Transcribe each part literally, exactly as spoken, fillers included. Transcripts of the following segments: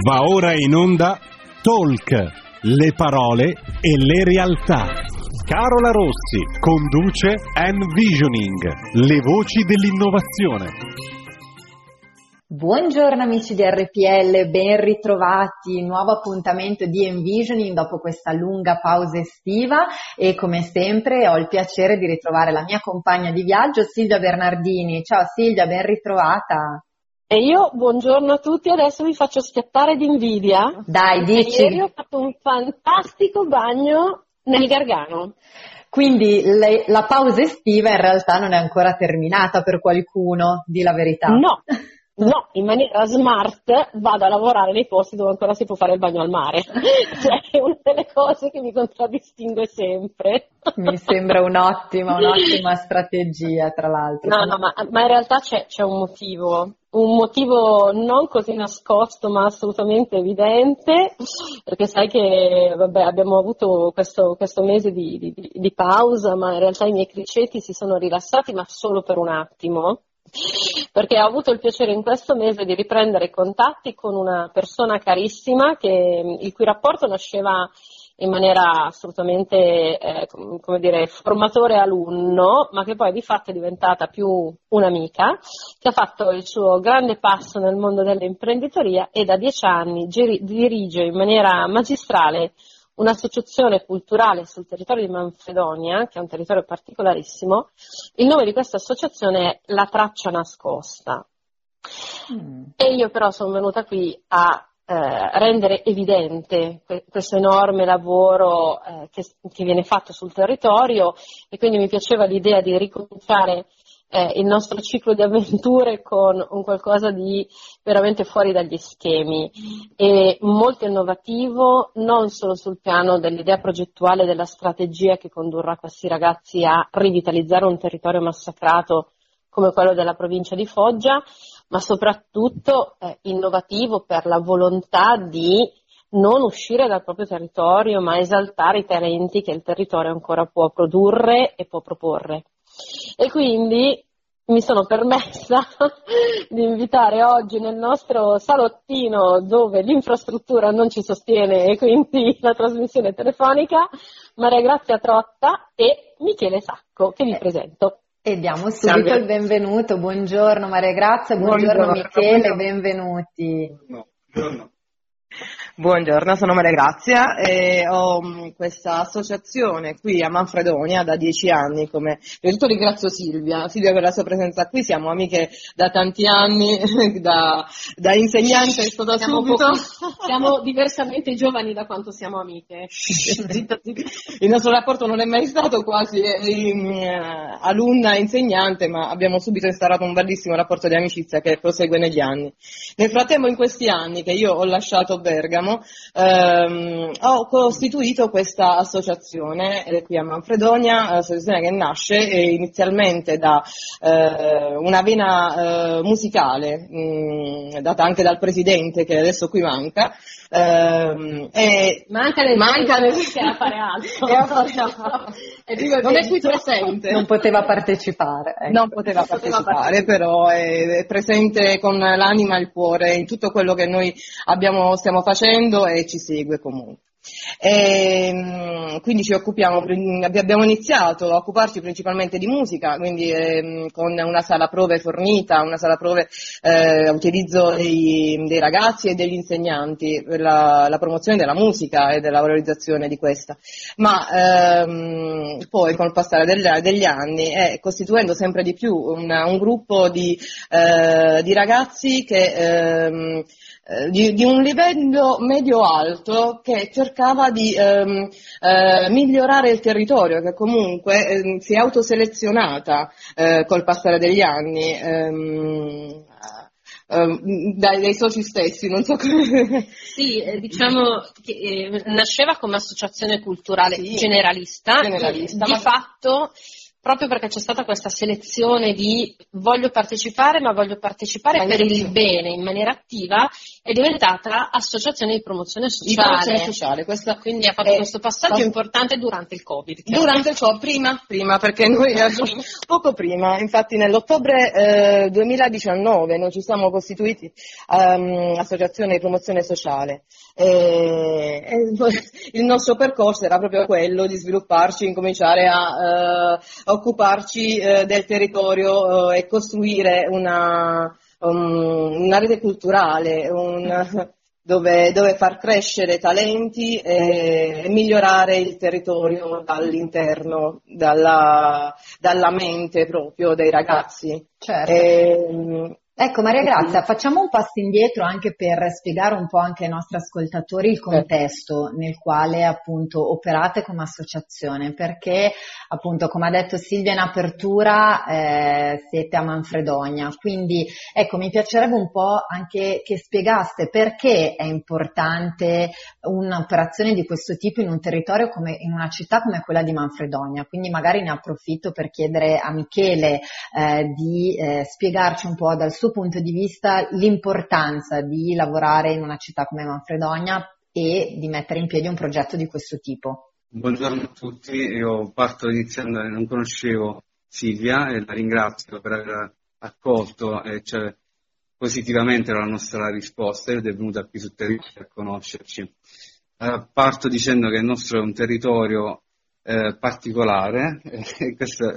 Va ora in onda Talk, le parole e le realtà. Carola Rossi conduce Envisioning, le voci dell'innovazione. Buongiorno amici di R P L, ben ritrovati, nuovo appuntamento di Envisioning dopo questa lunga pausa estiva e come sempre ho il piacere di ritrovare la mia compagna di viaggio Silvia Bernardini. Ciao Silvia, ben ritrovata. E io, buongiorno a tutti, adesso vi faccio schiattare d'invidia. Dai, dici. Ieri ho fatto un fantastico bagno nel Gargano. Quindi le, la pausa estiva in realtà non è ancora terminata per qualcuno, di la verità. No, no, in maniera smart vado a lavorare nei posti dove ancora si può fare il bagno al mare. Cioè, è una delle cose che mi contraddistingue sempre. Mi sembra un'ottima, un'ottima strategia, tra l'altro. No, no, ma, ma in realtà c'è, c'è un motivo. Un motivo non così nascosto ma assolutamente evidente, perché sai che vabbè, abbiamo avuto questo, questo mese di, di, di pausa, ma in realtà i miei criceti si sono rilassati, ma solo per un attimo, perché ho avuto il piacere in questo mese di riprendere contatti con una persona carissima che, il cui rapporto nasceva in maniera assolutamente, eh, come dire, formatore-alunno, ma che poi di fatto è diventata più un'amica, che ha fatto il suo grande passo nel mondo dell'imprenditoria e da dieci anni giri- dirige in maniera magistrale un'associazione culturale sul territorio di Manfredonia, che è un territorio particolarissimo. Il nome di questa associazione è La Traccia Nascosta. Mm. E io però sono venuta qui a Eh, rendere evidente que- questo enorme lavoro eh, che, che viene fatto sul territorio, e quindi mi piaceva l'idea di ricominciare eh, il nostro ciclo di avventure con un qualcosa di veramente fuori dagli schemi e molto innovativo, non solo sul piano dell'idea progettuale, della strategia che condurrà questi ragazzi a rivitalizzare un territorio massacrato come quello della provincia di Foggia, ma soprattutto eh, innovativo per la volontà di non uscire dal proprio territorio, ma esaltare i talenti che il territorio ancora può produrre e può proporre. E quindi mi sono permessa di invitare oggi nel nostro salottino, dove l'infrastruttura non ci sostiene e quindi la trasmissione telefonica, Maria Grazia Trotta e Michele Sacco, che vi presento. E diamo subito il benvenuto. Buongiorno Maria Grazia, buongiorno, buongiorno Michele, buongiorno. Benvenuti. Buongiorno. Buongiorno, sono Maria Grazia e ho questa associazione qui a Manfredonia da dieci anni. Come prima di tutto ringrazio Silvia, Silvia per la sua presenza qui, siamo amiche da tanti anni, da, da insegnante è stata siamo subito. Pochi, siamo diversamente giovani da quanto siamo amiche. Zitta, zitta. Il nostro rapporto non è mai stato quasi eh, alunna-insegnante, ma abbiamo subito instaurato un bellissimo rapporto di amicizia che prosegue negli anni. Nel frattempo, in questi anni che io ho lasciato Bergamo, Ehm, ho costituito questa associazione ed è qui a Manfredonia, associazione che nasce eh, inizialmente da eh, una vena eh, musicale mh, data anche dal presidente, che adesso qui manca. Ehm, e manca nel manca nel che a fare altro, a fare altro. E non è qui presente, non poteva partecipare, ecco. non poteva non partecipare, poteva partecipare però è, è presente con l'anima e il cuore in tutto quello che noi abbiamo, stiamo facendo, e ci segue comunque. E, quindi ci occupiamo, abbiamo iniziato a occuparci principalmente di musica, quindi eh, con una sala prove fornita, una sala prove eh, a utilizzo dei, dei ragazzi e degli insegnanti per la, la promozione della musica e della valorizzazione di questa, ma ehm, poi con il passare degli, degli anni e costituendo sempre di più una, un gruppo di, eh, di ragazzi che ehm, Di, di un livello medio-alto, che cercava di ehm, eh, migliorare il territorio, che comunque eh, si è autoselezionata eh, col passare degli anni ehm, eh, dai, dai soci stessi, non so come. Sì, eh, diciamo che eh, nasceva come associazione culturale sì, generalista, generalista di ma... fatto proprio perché c'è stata questa selezione di voglio partecipare, ma voglio partecipare per il bene in maniera attiva, è diventata associazione di promozione sociale. Di promozione sociale. Questa, Quindi ha fatto eh, questo passaggio pass- importante durante il Covid. Durante il Covid, prima, prima, perché noi poco prima, infatti nell'ottobre eh, duemiladiciannove noi ci siamo costituiti um, associazione di promozione sociale. E, e il nostro percorso era proprio quello di svilupparci, incominciare a, uh, a occuparci uh, del territorio uh, e costruire una, um, una rete culturale, un, dove, dove far crescere talenti e, e migliorare il territorio dall'interno, dalla, dalla mente proprio dei ragazzi. Certo. E, Ecco Maria Grazia, facciamo un passo indietro anche per spiegare un po' anche ai nostri ascoltatori il contesto nel quale appunto operate come associazione, perché appunto come ha detto Silvia in apertura eh, siete a Manfredonia, quindi ecco mi piacerebbe un po' anche che spiegaste perché è importante un'operazione di questo tipo in un territorio come in una città come quella di Manfredonia, quindi magari ne approfitto per chiedere a Michele eh, di eh, spiegarci un po' dal suo punto di vista l'importanza di lavorare in una città come Manfredonia e di mettere in piedi un progetto di questo tipo. Buongiorno a tutti, io parto iniziando, non conoscevo Silvia e la ringrazio per aver accolto eh, cioè, positivamente la nostra risposta ed è venuta qui sul territorio a conoscerci. Eh, parto dicendo che il nostro è un territorio eh, particolare, eh, questo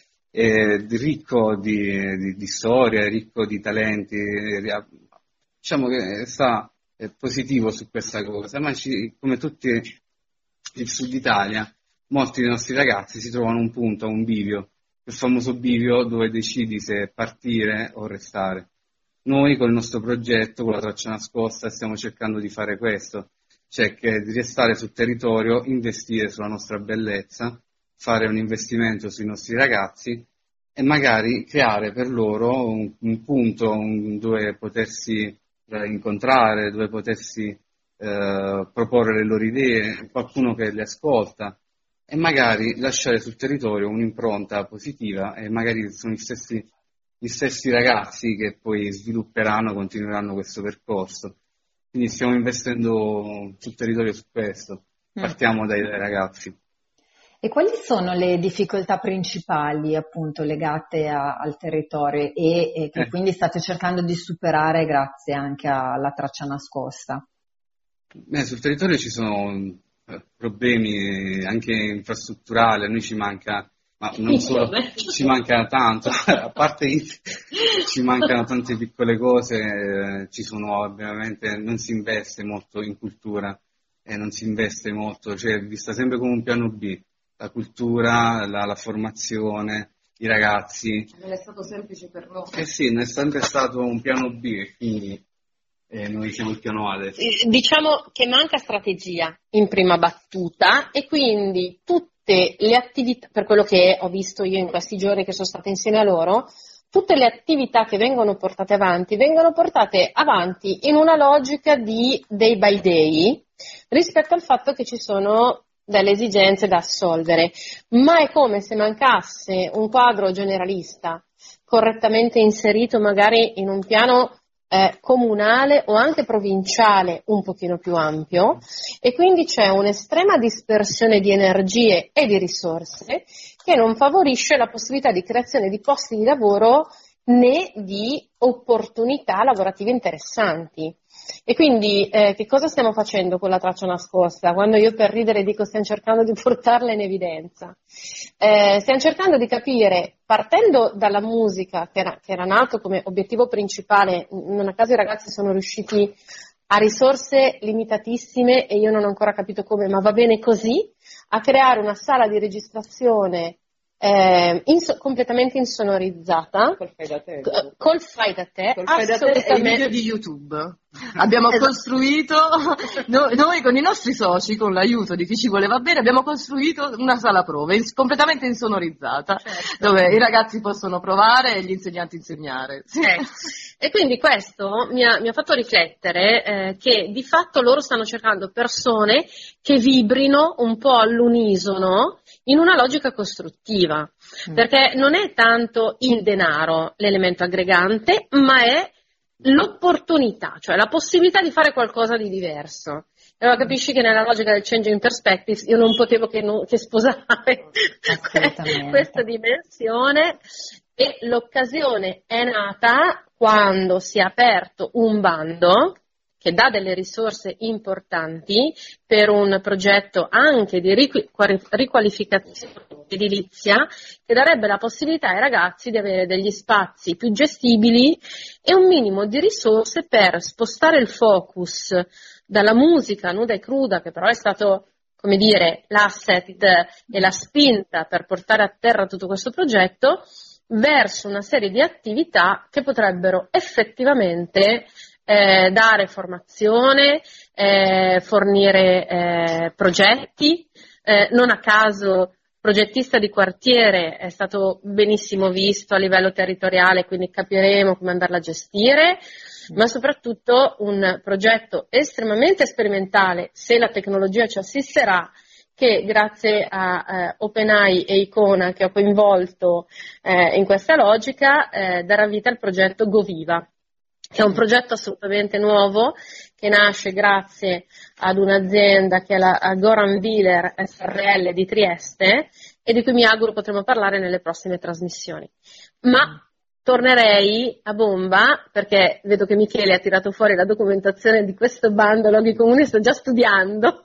è ricco di, di, di storia, ricco di talenti, diciamo che sta è positivo su questa cosa, ma ci, come tutti il Sud Italia, molti dei nostri ragazzi si trovano un punto, un bivio, il famoso bivio dove decidi se partire o restare. Noi con il nostro progetto, con la Traccia Nascosta, stiamo cercando di fare questo, cioè che di restare sul territorio, investire sulla nostra bellezza, fare un investimento sui nostri ragazzi e magari creare per loro un, un punto un, dove potersi eh, incontrare, dove potersi eh, proporre le loro idee, qualcuno che le ascolta e magari lasciare sul territorio un'impronta positiva e magari sono gli stessi, gli stessi ragazzi che poi svilupperanno, continueranno questo percorso. Quindi stiamo investendo sul territorio su questo, partiamo dai, dai ragazzi. E quali sono le difficoltà principali appunto legate a, al territorio e, e che eh. quindi state cercando di superare grazie anche alla Traccia Nascosta? Beh, sul territorio ci sono problemi anche infrastrutturali, a noi ci manca, ma non solo, ci manca tanto, a parte ci mancano tante piccole cose, ci sono ovviamente, non si investe molto in cultura e non si investe molto, cioè è vista sempre come un piano B. La cultura, la, la formazione, i ragazzi. Non è stato semplice per noi. Eh sì, non è sempre stato un piano B, quindi eh, noi siamo il piano A adesso. Diciamo che manca strategia in prima battuta e quindi tutte le attività, per quello che ho visto io in questi giorni che sono stata insieme a loro, tutte le attività che vengono portate avanti vengono portate avanti in una logica di day by day rispetto al fatto che ci sono delle esigenze da assolvere, ma è come se mancasse un quadro generalista correttamente inserito magari in un piano eh, comunale o anche provinciale un pochino più ampio e quindi c'è un'estrema dispersione di energie e di risorse che non favorisce la possibilità di creazione di posti di lavoro né di opportunità lavorative interessanti. E quindi eh, che cosa stiamo facendo con la Traccia Nascosta? Quando io per ridere dico stiamo cercando di portarla in evidenza, eh, stiamo cercando di capire, partendo dalla musica che era, che era nato come obiettivo principale, non a caso i ragazzi sono riusciti a risorse limitatissime e io non ho ancora capito come, ma va bene così, a creare una sala di registrazione Eh, inso- completamente insonorizzata col fai da te, c- col fai da te, col fai da te e il video di YouTube abbiamo esatto. costruito no, noi con i nostri soci, con l'aiuto di chi ci voleva bene, abbiamo costruito una sala prove ins- completamente insonorizzata, certo. dove i ragazzi possono provare e gli insegnanti insegnare. Sì. Eh. E quindi questo mi ha, mi ha fatto riflettere eh, che di fatto loro stanno cercando persone che vibrino un po' all'unisono in una logica costruttiva, mm. perché non è tanto il denaro l'elemento aggregante, ma è l'opportunità, cioè la possibilità di fare qualcosa di diverso. Allora capisci che nella logica del changing perspectives io non potevo che, non, che sposare questa dimensione, e l'occasione è nata quando si è aperto un bando che dà delle risorse importanti per un progetto anche di riqualificazione edilizia, che darebbe la possibilità ai ragazzi di avere degli spazi più gestibili e un minimo di risorse per spostare il focus dalla musica nuda e cruda, che però è stato, come dire, l'asset e la spinta per portare a terra tutto questo progetto, verso una serie di attività che potrebbero effettivamente eh, dare formazione, eh, fornire eh, progetti. Eh, non a caso progettista di quartiere è stato benissimo visto a livello territoriale, quindi capiremo come andarla a gestire, ma soprattutto un progetto estremamente sperimentale, se la tecnologia ci assisterà, che grazie a eh, OpenAI e Icona, che ho coinvolto eh, in questa logica, eh, darà vita al progetto GoViva, che è un progetto assolutamente nuovo, che nasce grazie ad un'azienda che è la Goran Wheeler S R L di Trieste, e di cui mi auguro potremo parlare nelle prossime trasmissioni. Ma tornerei a bomba, perché vedo che Michele ha tirato fuori la documentazione di questo bando Luoghi Comuni, sto già studiando,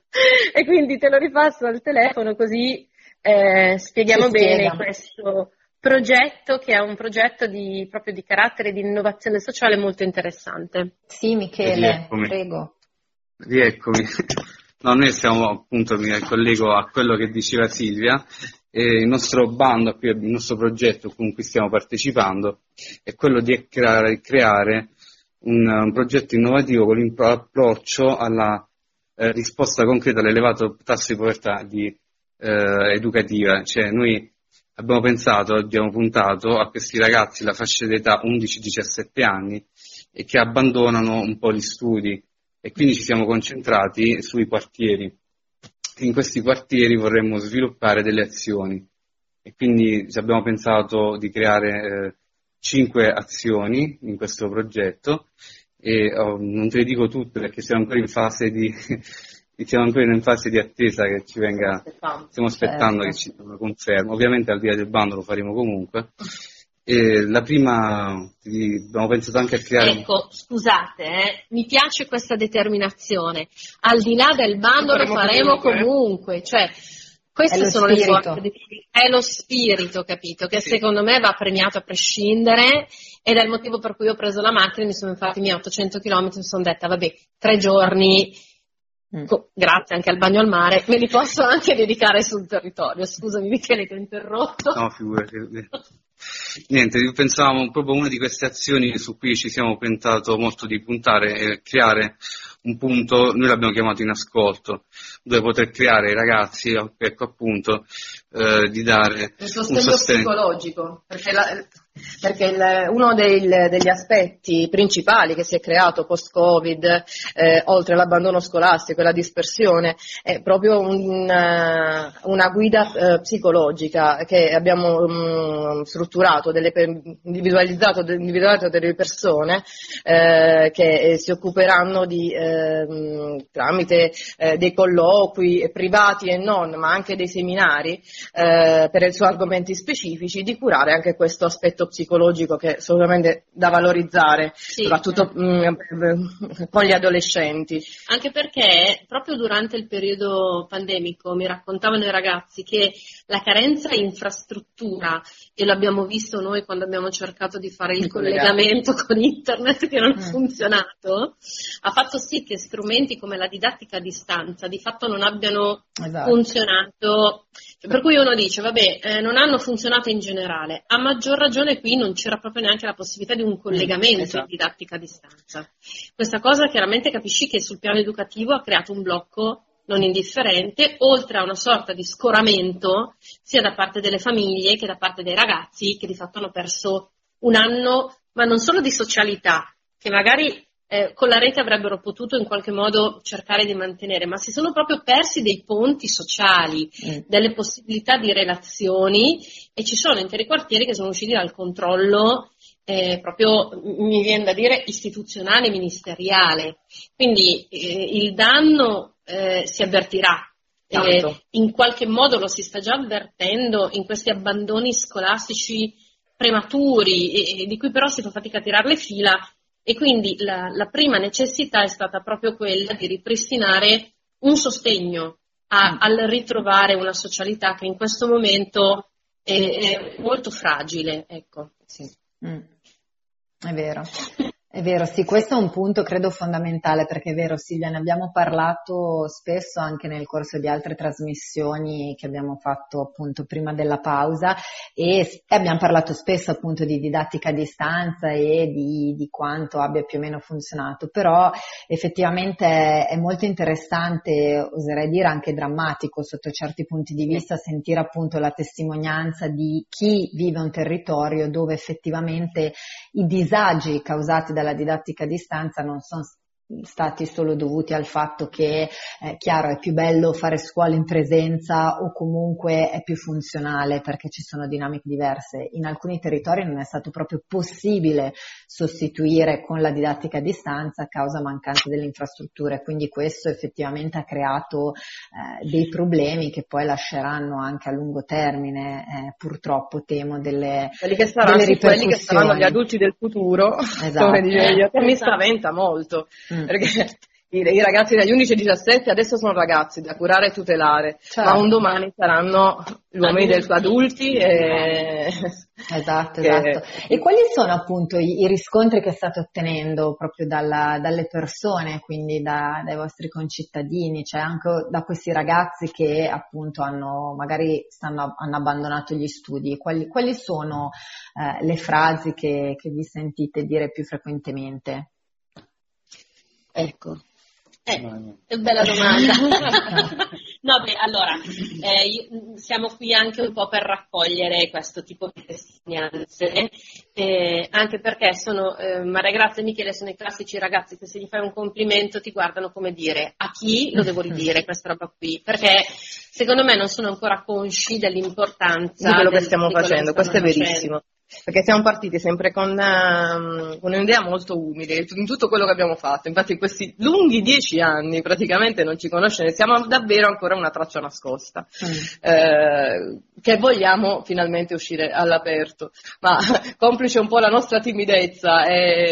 e quindi te lo ripasso al telefono, così eh, spieghiamo Ci bene spiega. questo progetto, che è un progetto di, proprio di carattere di innovazione sociale molto interessante. Sì, Michele, Rieccomi. prego. Rieccomi. No, noi stiamo, appunto, mi collego a quello che diceva Silvia, e il nostro bando, il nostro progetto con cui stiamo partecipando è quello di creare, creare un, un progetto innovativo con l'approccio alla eh, risposta concreta all'elevato tasso di povertà di, eh, educativa. Cioè, noi abbiamo pensato, abbiamo puntato a questi ragazzi la fascia d'età undici diciassette anni e che abbandonano un po' gli studi, e quindi ci siamo concentrati sui quartieri. In questi quartieri vorremmo sviluppare delle azioni, e quindi ci abbiamo pensato di creare eh, cinque azioni in questo progetto, e oh, non te le dico tutte perché siamo ancora in fase di siamo ancora in fase di attesa che ci venga, stiamo aspettando certo. che ci una conferma. Ovviamente al di là del bando lo faremo comunque. E la prima, abbiamo pensato anche a creare... Ecco, scusate, eh, mi piace questa determinazione. Al di là del bando lo faremo, lo faremo comunque. comunque. Cioè, queste sono spirito. le forze. È lo spirito, capito? Che sì. secondo me va premiato a prescindere, ed è il motivo per cui ho preso la macchina, mi sono infatti i miei ottocento chilometri, mi sono detta, vabbè, tre giorni... Mm. Grazie anche al bagno al mare, me li posso anche dedicare sul territorio. Scusami Michele, ti ho interrotto. No, figurati. Niente, pensavamo proprio una di queste azioni su cui ci siamo pensato molto di puntare e creare un punto, noi l'abbiamo chiamato in ascolto, dove poter creare ai ragazzi, ecco appunto, eh, di dare il sostegno, un sostegno psicologico, perché, la, perché il, uno dei, degli aspetti principali che si è creato post-Covid, eh, oltre all'abbandono scolastico e la dispersione, è proprio un, una guida eh, psicologica che abbiamo mh, strutturato, delle, individualizzato, individuato delle persone eh, che si occuperanno di eh, tramite eh, dei colloqui privati e non, ma anche dei seminari eh, per i suoi argomenti specifici, di curare anche questo aspetto psicologico che è assolutamente da valorizzare, sì, soprattutto mh, con gli adolescenti. Anche perché proprio durante il periodo pandemico mi raccontavano i ragazzi che la carenza di infrastruttura, e lo abbiamo visto noi quando abbiamo cercato di fare il collegamento con internet che non ha funzionato, ha fatto sì che strumenti come la didattica a distanza di fatto non abbiano esatto. funzionato, per cui uno dice vabbè eh, non hanno funzionato in generale, a maggior ragione qui non c'era proprio neanche la possibilità di un collegamento esatto. in didattica a distanza. Questa cosa chiaramente capisci che sul piano educativo ha creato un blocco non indifferente, oltre a una sorta di scoramento sia da parte delle famiglie che da parte dei ragazzi, che di fatto hanno perso un anno ma non solo di socialità, che magari eh, con la rete avrebbero potuto in qualche modo cercare di mantenere, ma si sono proprio persi dei ponti sociali, mm. delle possibilità di relazioni, e ci sono interi quartieri che sono usciti dal controllo eh, proprio, mi viene da dire, istituzionale, ministeriale. Quindi eh, il danno eh, si avvertirà. Eh, in qualche modo lo si sta già avvertendo in questi abbandoni scolastici prematuri, e, e di cui però si fa fatica a tirare le fila, e quindi la, la prima necessità è stata proprio quella di ripristinare un sostegno a, al ritrovare una socialità che in questo momento è, è molto fragile. Ecco. Sì. Mm. È vero. È vero, sì, questo è un punto credo fondamentale, perché è vero, Silvia, ne abbiamo parlato spesso anche nel corso di altre trasmissioni che abbiamo fatto appunto prima della pausa, e abbiamo parlato spesso appunto di didattica a distanza e di, di quanto abbia più o meno funzionato, però effettivamente è molto interessante, oserei dire anche drammatico sotto certi punti di vista, sentire appunto la testimonianza di chi vive un territorio dove effettivamente i disagi causati dalla didattica a distanza non sono stati solo dovuti al fatto che, eh, chiaro, è più bello fare scuola in presenza o comunque è più funzionale perché ci sono dinamiche diverse. In alcuni territori non è stato proprio possibile sostituire con la didattica a distanza a causa mancanza delle infrastrutture, quindi questo effettivamente ha creato eh, dei problemi che poi lasceranno anche a lungo termine, eh, purtroppo temo, delle, quelli che saranno, delle ripercussioni. Quelli che saranno gli adulti del futuro, esatto. Come dicevo io, che mi spaventa molto. Mm. Perché i, i ragazzi dagli undici ai diciassette adesso sono ragazzi da curare e tutelare, certo. Ma un domani saranno gli uomini del adulti e... Esatto, che... esatto. E quali sono appunto i, i riscontri che state ottenendo proprio dalla, dalle persone, quindi da, dai vostri concittadini, cioè anche da questi ragazzi che appunto hanno magari stanno, hanno abbandonato gli studi? Quali, quali sono eh, le frasi che, che vi sentite dire più frequentemente? Ecco, eh, è una bella domanda. No, beh, allora, eh, io, siamo qui anche un po' per raccogliere questo tipo di testimonianze, eh, anche perché sono, eh, Maria Grazia e Michele sono i classici ragazzi che se gli fai un complimento ti guardano come dire: a chi lo devo ridire questa roba qui? Perché secondo me non sono ancora consci dell'importanza di quello del, che stiamo facendo, questo è verissimo. Facendo. Perché siamo partiti sempre con um, un'idea molto umile in tutto quello che abbiamo fatto. Infatti in questi lunghi dieci anni praticamente non ci conosciamo, siamo davvero ancora una traccia nascosta, mm. eh, che vogliamo finalmente uscire all'aperto, ma complice un po' la nostra timidezza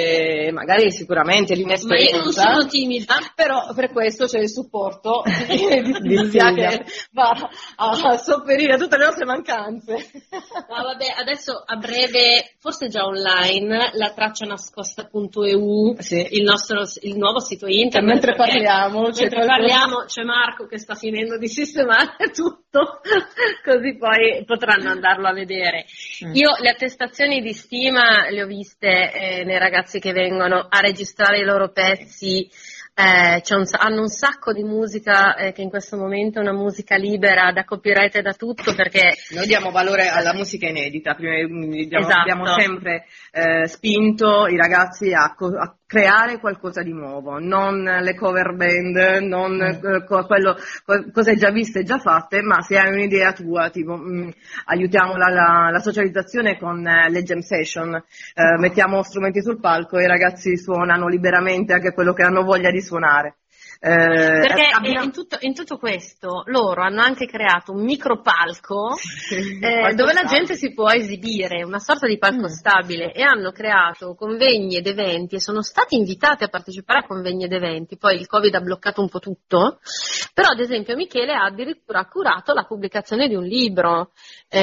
e magari sicuramente l'inesperienza. Ma io non sono timida, però per questo c'è il supporto di, di Silvia che va a sopperire a tutte le nostre mancanze. No, vabbè, adesso a breve, forse già online, la traccia nascosta punto e u, sì. il nostro il nuovo sito internet. Mentre parliamo, mentre c'è, parliamo c'è Marco che sta finendo di sistemare tutto, così poi potranno andarlo a vedere. Mm. Io le attestazioni di stima le ho viste eh, nei ragazzi che vengono a registrare i loro pezzi. Eh, c'è un, hanno un sacco di musica eh, che in questo momento è una musica libera da copyright e da tutto, perché noi diamo valore alla musica inedita. Prima abbiamo, esatto. abbiamo sempre eh, spinto i ragazzi a, co- a creare qualcosa di nuovo, non le cover band, non mm. eh, quello, co- cose già viste e già fatte, ma se hai un'idea tua, tipo mh, aiutiamo la, la, la socializzazione con eh, le jam session, eh, mettiamo strumenti sul palco e i ragazzi suonano liberamente anche quello che hanno voglia di suonare. Eh, Perché abbiamo... in, tutto, in tutto questo loro hanno anche creato un micropalco eh, dove la gente si può esibire, una sorta di palco mm. stabile, e hanno creato convegni ed eventi e sono stati invitati a partecipare a convegni ed eventi. Poi il Covid ha bloccato un po' tutto, però ad esempio Michele ha addirittura curato la pubblicazione di un libro.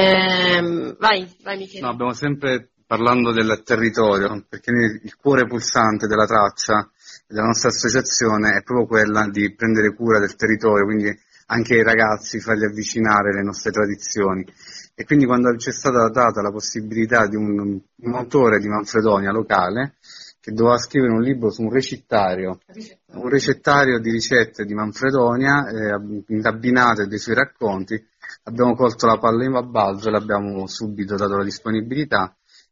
Eh, vai, vai Michele. No, abbiamo sempre parlando del territorio, perché il cuore pulsante della traccia della nostra associazione è proprio quella di prendere cura del territorio, quindi anche ai ragazzi farli avvicinare alle nostre tradizioni. E quindi quando ci è stata data la possibilità di un, un autore di Manfredonia locale che doveva scrivere un libro su un recettario, un recettario di ricette di Manfredonia eh, abbinate dei suoi racconti, abbiamo colto la palla in balzo e l'abbiamo subito dato la disponibilità.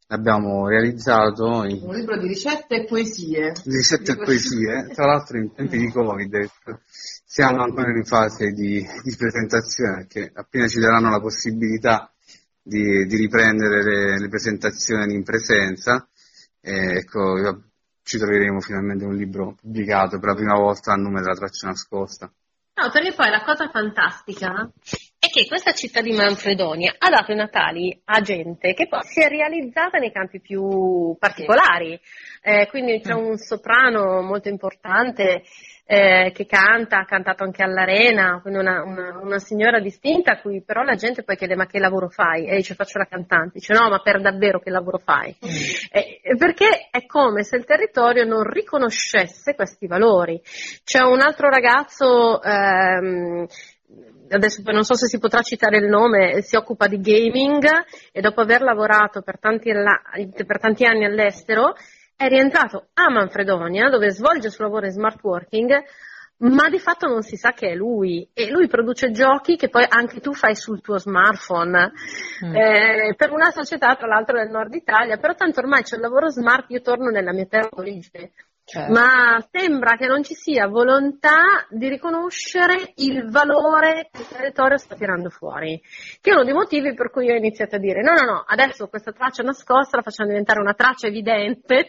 l'abbiamo realizzato in... un libro di ricette e poesie. Di ricette e poesie, tra l'altro in tempi di Covid. Siamo ancora in fase di, di presentazione, perché appena ci daranno la possibilità di, di riprendere le, le presentazioni in presenza, eh, ecco, ci troveremo finalmente un libro pubblicato per la prima volta a nome della Traccia Nascosta. No, perché poi la cosa fantastica è che questa città di Manfredonia ha dato i Natali a gente che poi si è realizzata nei campi più particolari. Eh, quindi c'è un soprano molto importante eh, che canta, ha cantato anche all'Arena, quindi una, una, una signora distinta a cui però la gente poi chiede ma che lavoro fai? E dice faccio la cantante, dice no ma per davvero che lavoro fai? Mm. Eh, perché è come se il territorio non riconoscesse questi valori. C'è un altro ragazzo, ehm, adesso non so se si potrà citare il nome, si occupa di gaming e dopo aver lavorato per tanti, per tanti anni all'estero è rientrato a Manfredonia dove svolge il suo lavoro in smart working, ma di fatto non si sa che è lui, e lui produce giochi che poi anche tu fai sul tuo smartphone mm. eh, per una società tra l'altro del nord Italia, però tanto ormai c'è il lavoro smart, io torno nella mia terra d'origine. Certo. Ma sembra che non ci sia volontà di riconoscere il valore che il territorio sta tirando fuori, che è uno dei motivi per cui io ho iniziato a dire no, no, no, adesso questa traccia nascosta la facciamo diventare una traccia evidente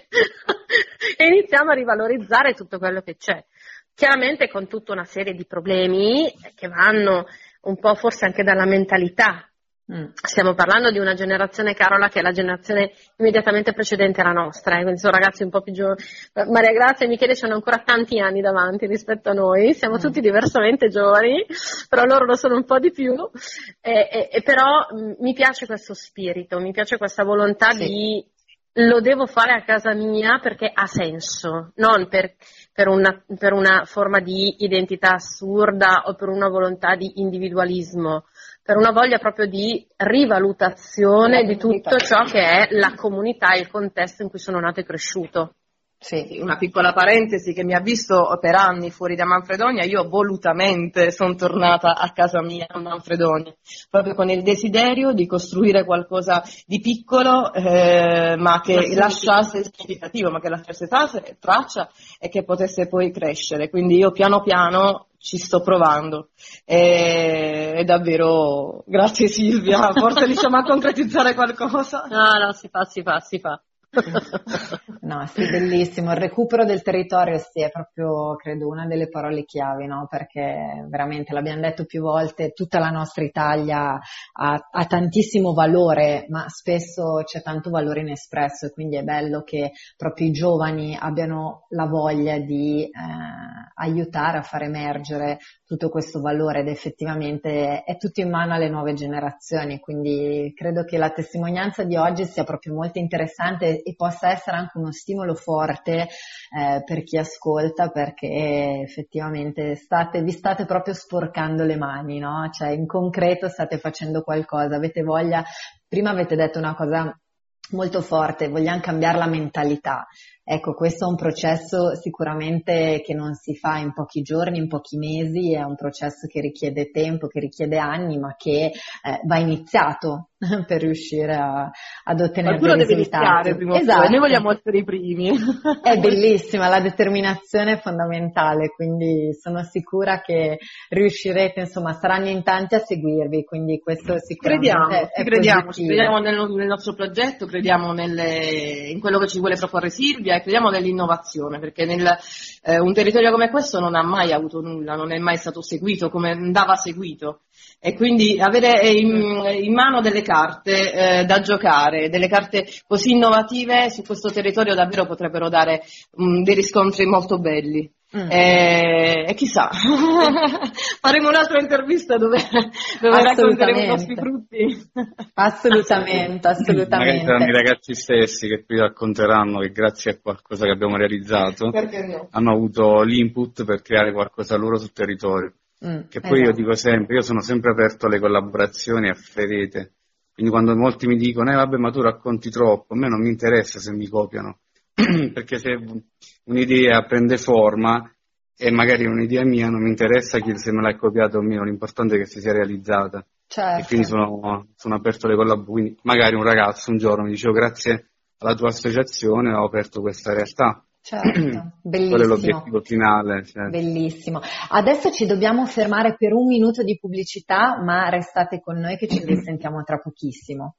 e iniziamo a rivalorizzare tutto quello che c'è. Chiaramente con tutta una serie di problemi che vanno un po' forse anche dalla mentalità. Mm. Stiamo parlando di una generazione, Carola, che è la generazione immediatamente precedente alla nostra, eh? Quindi sono ragazzi un po' più giovani. Maria Grazia e Michele hanno ancora tanti anni davanti rispetto a noi, siamo mm. tutti diversamente giovani, però loro lo sono un po' di più, e, e, e però mh, mi piace questo spirito, mi piace questa volontà sì. di lo devo fare a casa mia perché ha senso, non per, per, una, per una forma di identità assurda o per una volontà di individualismo, per una voglia proprio di rivalutazione di tutto ciò che è la comunità e il contesto in cui sono nato e cresciuto. Sì, una piccola parentesi che mi ha visto per anni fuori da Manfredonia, io volutamente sono tornata a casa mia a Manfredonia, proprio con il desiderio di costruire qualcosa di piccolo, eh, ma che lasciasse significativo, ma che lasciasse traccia e che potesse poi crescere. Quindi io piano piano ci sto provando e, e davvero grazie Silvia, forse riusciamo a concretizzare qualcosa. No, no, si fa, si fa, si fa. No, sì, bellissimo. Il recupero del territorio sì, è proprio, credo, una delle parole chiavi, no? Perché veramente, l'abbiamo detto più volte, tutta la nostra Italia ha, ha tantissimo valore, ma spesso c'è tanto valore inespresso e quindi è bello che proprio i giovani abbiano la voglia di eh, aiutare a far emergere tutto questo valore, ed effettivamente è tutto in mano alle nuove generazioni, quindi credo che la testimonianza di oggi sia proprio molto interessante e possa essere anche uno stimolo forte eh, per chi ascolta, perché effettivamente state, vi state proprio sporcando le mani, no? Cioè in concreto state facendo qualcosa, avete voglia, prima avete detto una cosa molto forte, vogliamo cambiare la mentalità. Ecco, questo è un processo sicuramente che non si fa in pochi giorni, in pochi mesi, è un processo che richiede tempo, che richiede anni, ma che eh, va iniziato per riuscire a, ad ottenere Qualcuno dei deve risultati. iniziare prima o Esatto. poi, noi vogliamo essere i primi. È bellissima, la determinazione è fondamentale, quindi sono sicura che riuscirete, insomma, saranno in tanti a seguirvi, quindi questo sicuramente crediamo, è, è crediamo, positivo. crediamo nel, nel nostro progetto, crediamo nelle, in quello che ci vuole proporre Silvia e crediamo nell'innovazione, perché nel, eh, un territorio come questo non ha mai avuto nulla, non è mai stato seguito come andava seguito. E quindi avere in, in mano delle carte eh, da giocare, delle carte così innovative su questo territorio davvero potrebbero dare um, dei riscontri molto belli. Mm. E, e chissà, faremo un'altra intervista dove, dove racconteremo i nostri frutti. Assolutamente, assolutamente. Magari saranno i ragazzi stessi che qui racconteranno che grazie a qualcosa che abbiamo realizzato no? hanno avuto l'input per creare qualcosa loro sul territorio. Mm, che poi esatto. Io dico sempre, io sono sempre aperto alle collaborazioni, a fedete, quindi quando molti mi dicono eh vabbè ma tu racconti troppo, a me non mi interessa se mi copiano, perché se un'idea prende forma e magari è un'idea mia non mi interessa chi se me l'ha copiata o meno, l'importante è che si sia realizzata, Certo. E quindi sono, sono aperto alle collaborazioni. Magari un ragazzo un giorno mi dice: grazie alla tua associazione ho aperto questa realtà. Certo, bellissimo. Quello è l'obiettivo finale. Certo. Bellissimo. Adesso ci dobbiamo fermare per un minuto di pubblicità, ma restate con noi che ci risentiamo tra pochissimo.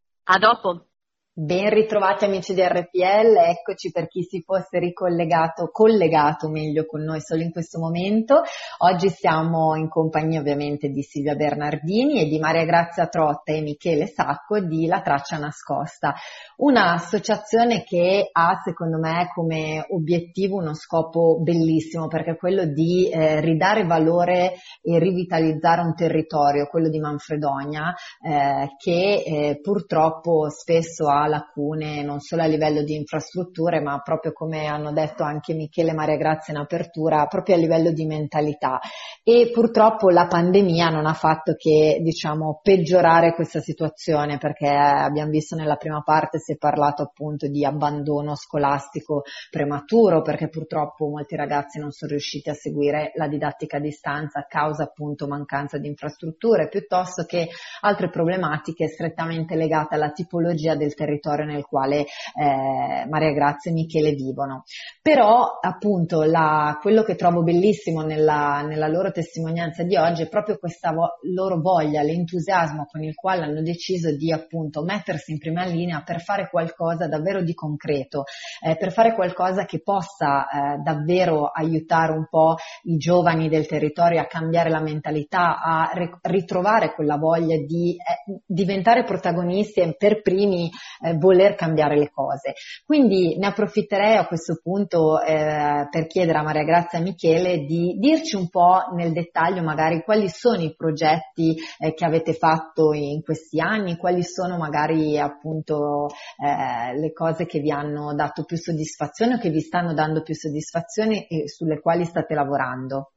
A dopo. Ben ritrovati amici di R P L, eccoci per chi si fosse ricollegato, collegato meglio con noi solo in questo momento. Oggi siamo in compagnia ovviamente di Silvia Bernardini e di Maria Grazia Trotta e Michele Sacco di La Traccia Nascosta, un'associazione che ha secondo me come obiettivo uno scopo bellissimo, perché è quello di eh, ridare valore e rivitalizzare un territorio, quello di Manfredonia, eh, che eh, purtroppo spesso ha lacune non solo a livello di infrastrutture, ma proprio come hanno detto anche Michele e Maria Grazia in apertura, proprio a livello di mentalità. E purtroppo la pandemia non ha fatto che, diciamo, peggiorare questa situazione, perché abbiamo visto nella prima parte si è parlato appunto di abbandono scolastico prematuro, perché purtroppo molti ragazzi non sono riusciti a seguire la didattica a distanza a causa appunto mancanza di infrastrutture, piuttosto che altre problematiche strettamente legate alla tipologia del territorio nel quale eh, Maria Grazia e Michele vivono. Però appunto la, quello che trovo bellissimo nella, nella loro testimonianza di oggi è proprio questa vo- loro voglia, l'entusiasmo con il quale hanno deciso di appunto mettersi in prima linea per fare qualcosa davvero di concreto, eh, per fare qualcosa che possa eh, davvero aiutare un po' i giovani del territorio a cambiare la mentalità, a re- ritrovare quella voglia di eh, diventare protagonisti e per primi Eh, voler cambiare le cose. Quindi ne approfitterei a questo punto eh, per chiedere a Maria Grazia e Michele di dirci un po' nel dettaglio magari quali sono i progetti eh, che avete fatto in questi anni, quali sono magari appunto eh, le cose che vi hanno dato più soddisfazione o che vi stanno dando più soddisfazione e sulle quali state lavorando.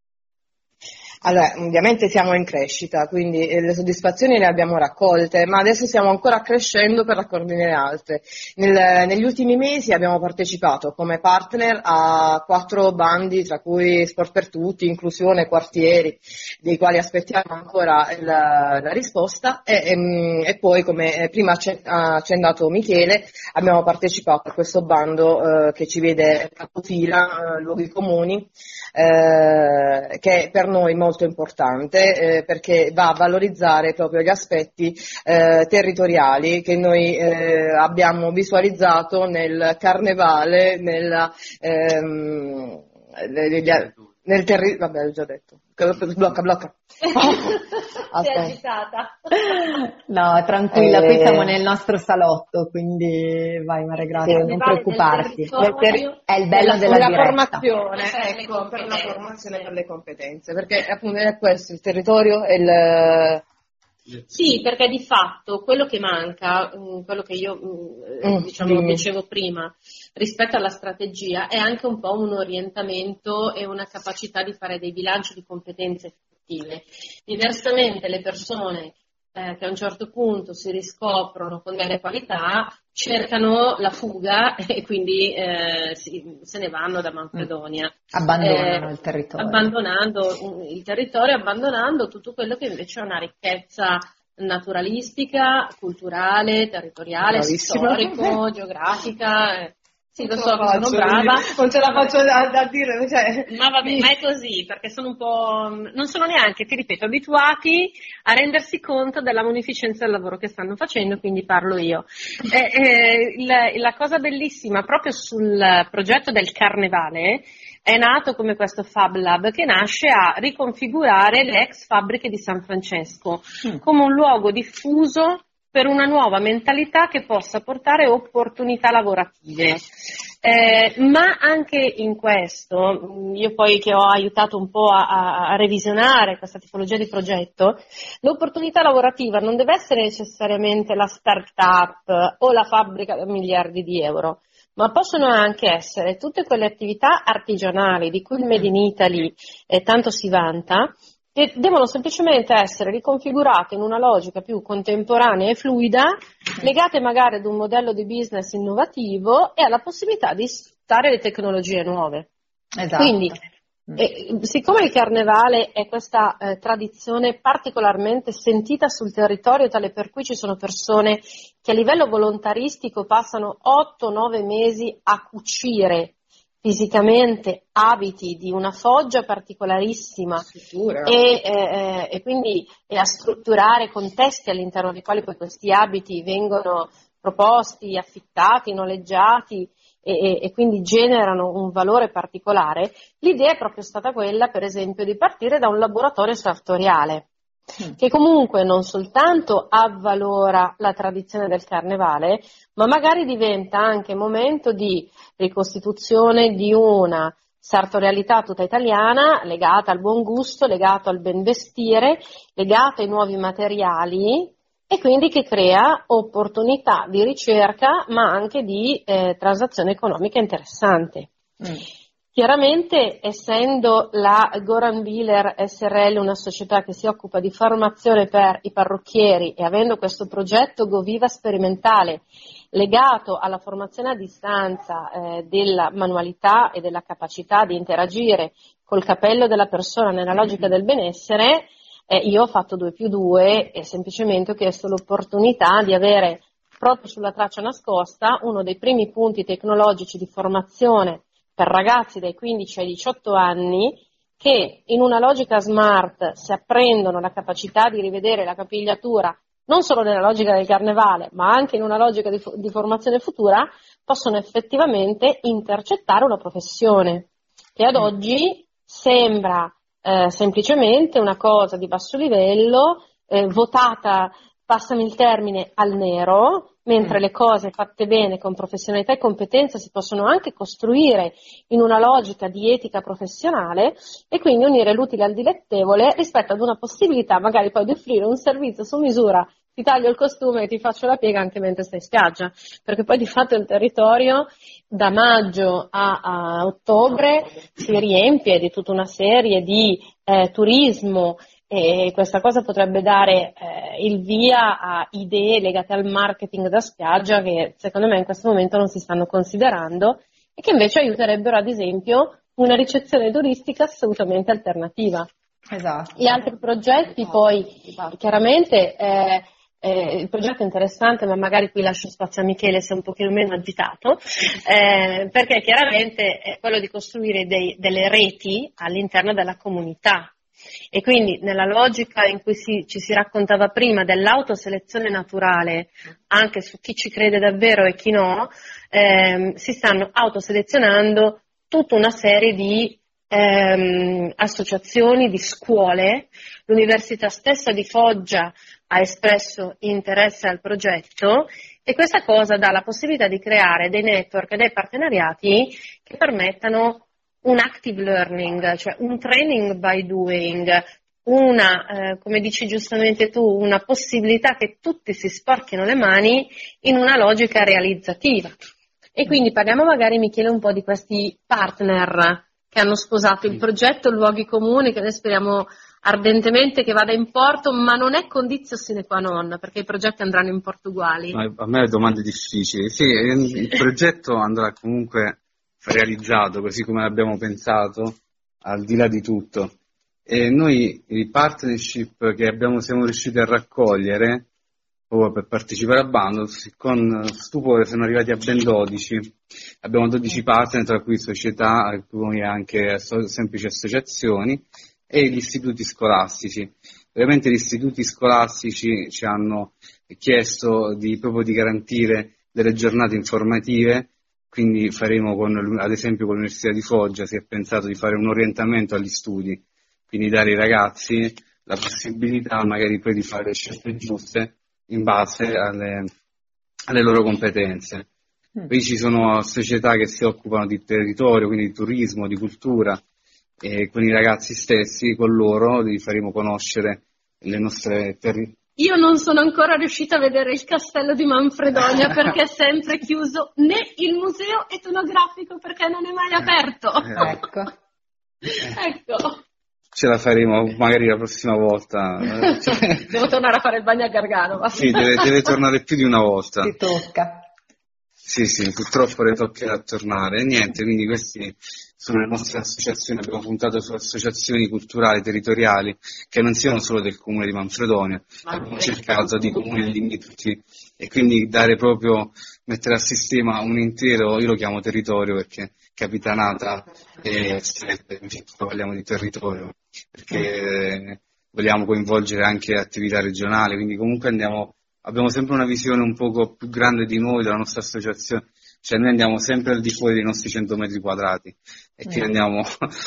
Allora, ovviamente siamo in crescita, quindi le soddisfazioni le abbiamo raccolte, ma adesso stiamo ancora crescendo per raccogliere altre. Nel, negli ultimi mesi abbiamo partecipato come partner a quattro bandi, tra cui Sport per Tutti, Inclusione, Quartieri, dei quali aspettiamo ancora la, la risposta, e, e, e poi, come prima ha accennato Michele, abbiamo partecipato a questo bando eh, che ci vede capofila, eh, luoghi comuni, eh, che per noi molto importante eh, perché va a valorizzare proprio gli aspetti eh, territoriali che noi eh, abbiamo visualizzato nel carnevale, nella, ehm, nel territorio, vabbè l'ho già detto, blocca, blocca. Sei agitata. No, tranquilla, eh, qui siamo nel nostro salotto, quindi vai Maria Grazia, sì, non preoccuparti. Ter- è il bello della la diretta. formazione, ecco, per la formazione per le competenze, perché appunto è questo il territorio e il... Sì, perché di fatto quello che manca, quello che io Mm, diciamo dimmi. dicevo prima, rispetto alla strategia, è anche un po' un orientamento e una capacità di fare dei bilanci di competenze effettive. Diversamente le persone eh, che a un certo punto si riscoprono con delle qualità cercano la fuga e quindi eh, si, se ne vanno da Manfredonia. Abbandonano Eh, il territorio. Abbandonando il territorio, abbandonando tutto quello che invece è una ricchezza naturalistica, culturale, territoriale, Bravissima. storico, geografica. eh. Sì, lo Non so ce che la sono faccio, brava. non ce la faccio da, da dire, cioè... Ma vabbè, ma è così, perché sono un po', non sono neanche, ti ripeto, abituati a rendersi conto della munificenza del lavoro che stanno facendo, quindi parlo io. Eh, eh, il- la cosa bellissima proprio sul progetto del carnevale è nato come questo Fab Lab che nasce a riconfigurare le ex fabbriche di San Francesco Mm. come un luogo diffuso per una nuova mentalità che possa portare opportunità lavorative. Eh, ma anche in questo, io poi che ho aiutato un po' a, a revisionare questa tipologia di progetto, l'opportunità lavorativa non deve essere necessariamente la start-up o la fabbrica da miliardi di euro, ma possono anche essere tutte quelle attività artigianali di cui il Made in Italy eh, tanto si vanta, che devono semplicemente essere riconfigurate in una logica più contemporanea e fluida, legate magari ad un modello di business innovativo e alla possibilità di sfruttare le tecnologie nuove. Esatto. Quindi E, siccome il carnevale è questa eh, tradizione particolarmente sentita sul territorio, tale per cui ci sono persone che a livello volontaristico passano otto nove mesi a cucire fisicamente abiti di una foggia particolarissima e, eh, e quindi e a strutturare contesti all'interno dei quali poi questi abiti vengono proposti, affittati, noleggiati e, e quindi generano un valore particolare, l'idea è proprio stata quella, per esempio, di partire da un laboratorio sartoriale che comunque non soltanto avvalora la tradizione del carnevale, ma magari diventa anche momento di ricostituzione di una sartorialità tutta italiana, legata al buon gusto, legato al ben vestire, legata ai nuovi materiali e quindi che crea opportunità di ricerca ma anche di eh, transazione economica interessante. Mm. Chiaramente, essendo la Goran Wheeler S R L una società che si occupa di formazione per i parrucchieri e avendo questo progetto GoViva sperimentale legato alla formazione a distanza eh, della manualità e della capacità di interagire col capello della persona nella logica del benessere, eh, io ho fatto due più due e semplicemente ho chiesto l'opportunità di avere proprio sulla traccia nascosta uno dei primi punti tecnologici di formazione per ragazzi dai quindici ai diciotto anni che in una logica smart si apprendono la capacità di rivedere la capigliatura non solo nella logica del carnevale ma anche in una logica di, di formazione futura, possono effettivamente intercettare una professione che ad oggi sembra eh, semplicemente una cosa di basso livello, eh, votata, passami il termine, al nero, mentre le cose fatte bene con professionalità e competenza si possono anche costruire in una logica di etica professionale e quindi unire l'utile al dilettevole rispetto ad una possibilità magari poi di offrire un servizio su misura, ti taglio il costume e ti faccio la piega anche mentre stai in spiaggia, perché poi di fatto il territorio da maggio a, a ottobre si riempie di tutta una serie di eh, turismo e questa cosa potrebbe dare eh, il via a idee legate al marketing da spiaggia che secondo me in questo momento non si stanno considerando e che invece aiuterebbero ad esempio una ricezione turistica assolutamente alternativa. Esatto. Gli altri progetti esatto. poi esatto. chiaramente eh, eh, il progetto è interessante ma magari qui lascio spazio a Michele se è un pochino meno agitato eh, perché chiaramente è quello di costruire dei, delle reti all'interno della comunità. E quindi nella logica in cui si, ci si raccontava prima dell'autoselezione naturale, anche su chi ci crede davvero e chi no, ehm, si stanno autoselezionando tutta una serie di ehm, associazioni, di scuole. L'Università stessa di Foggia ha espresso interesse al progetto e questa cosa dà la possibilità di creare dei network e dei partenariati che permettano un active learning, cioè un training by doing, una, eh, come dici giustamente tu, una possibilità che tutti si sporchino le mani in una logica realizzativa. E quindi parliamo magari, Michele, un po' di questi partner che hanno sposato il progetto Luoghi Comuni, che noi speriamo ardentemente che vada in porto, ma non è condizio sine qua non, perché i progetti andranno in porto uguali. A me le domande difficili. Sì, il progetto andrà comunque realizzato così come l'abbiamo pensato, al di là di tutto. E noi i partnership che abbiamo, siamo riusciti a raccogliere proprio per partecipare al bando, con stupore sono arrivati a ben dodici. Abbiamo dodici partner, tra cui società, alcuni anche semplici associazioni e gli istituti scolastici. Ovviamente gli istituti scolastici ci hanno chiesto di proprio di garantire delle giornate informative. Quindi faremo con, ad esempio con l'Università di Foggia si è pensato di fare un orientamento agli studi, quindi dare ai ragazzi la possibilità magari poi di fare le scelte giuste in base alle, alle loro competenze. Mm. Poi ci sono società che si occupano di territorio, quindi di turismo, di cultura, e con i ragazzi stessi, con loro, li faremo conoscere le nostre territori. Io non sono ancora riuscita a vedere il castello di Manfredonia perché è sempre chiuso, né il museo etnografico perché non è mai aperto. Eh, ecco. ecco. Ce la faremo magari la prossima volta. Devo tornare a fare il bagno a Gargano. Va? Sì, deve, deve tornare più di una volta. Ti tocca. Sì, sì, purtroppo le toccherà tornare. E niente, quindi queste sono le nostre associazioni, abbiamo puntato su associazioni culturali, territoriali, che non siano solo del comune di Manfredonia, abbiamo cercato di comuni limitrofi e quindi dare proprio, mettere a sistema un intero, io lo chiamo territorio perché capitanata e stretta, infatti parliamo di territorio, perché vogliamo coinvolgere anche attività regionali, quindi comunque andiamo, abbiamo sempre una visione un poco più grande di noi, della nostra associazione, cioè noi andiamo sempre al di fuori dei nostri cento metri quadrati e che andiamo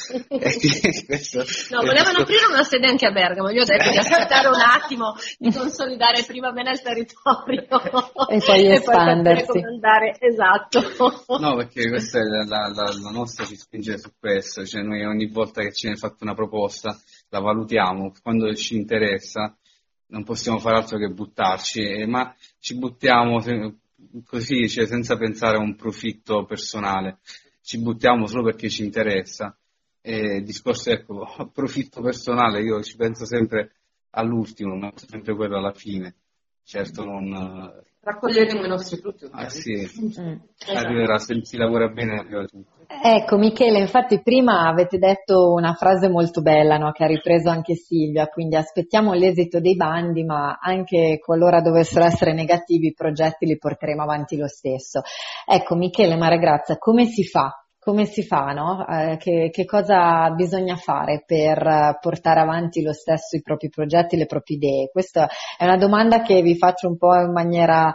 e che questo, no, volevano aprire una sede anche a Bergamo, io ho detto di aspettare un attimo, di consolidare prima bene il territorio e poi espandersi. Poi come andare, esatto. No, perché questa è la, la, la, la nostra ci spinge su questo, cioè noi ogni volta che ci viene fatta una proposta la valutiamo, quando ci interessa non possiamo fare altro che buttarci, eh, ma ci buttiamo così, cioè, senza pensare a un profitto personale, ci buttiamo solo perché ci interessa. E il discorso, ecco, profitto personale, io ci penso sempre all'ultimo, ma sempre quello alla fine, certo non... Raccoglieremo i nostri frutti. Ah sì, Mm. arriverà, se si lavora bene arriva tutto. Ecco Michele, infatti prima avete detto una frase molto bella, no, che ha ripreso anche Silvia, quindi aspettiamo l'esito dei bandi, ma anche qualora dovessero essere negativi i progetti li porteremo avanti lo stesso. Ecco Michele Maragrazia, come si fa? Come si fa, no? Eh, che, che cosa bisogna fare per portare avanti lo stesso i propri progetti, le proprie idee? Questa è una domanda che vi faccio un po' in maniera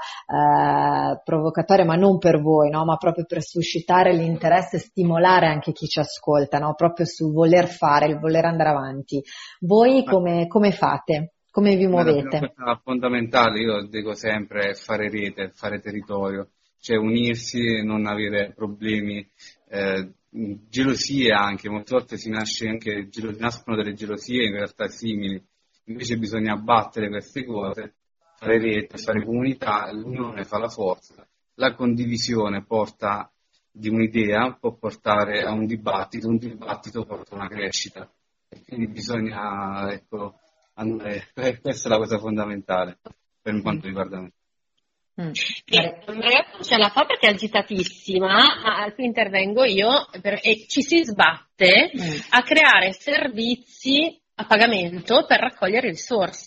eh, provocatoria, ma non per voi, no? Ma proprio per suscitare l'interesse e stimolare anche chi ci ascolta, no? Proprio sul voler fare, il voler andare avanti. Voi come, come fate? Come vi muovete? La cosa fondamentale, io dico sempre, è fare rete, fare territorio, cioè unirsi, non avere problemi. Eh, gelosie anche, molte volte si nasce anche, nascono delle gelosie in realtà simili, invece bisogna abbattere queste cose, fare rete, fare comunità, l'unione fa la forza, la condivisione porta di un'idea, può portare a un dibattito, un dibattito porta a una crescita, e quindi bisogna, ecco, andare, questa è la cosa fondamentale per quanto riguarda me. Mm. Andrea ce la fa perché è agitatissima, ma qui intervengo io per, e ci si sbatte mm. a creare servizi a pagamento per raccogliere risorse,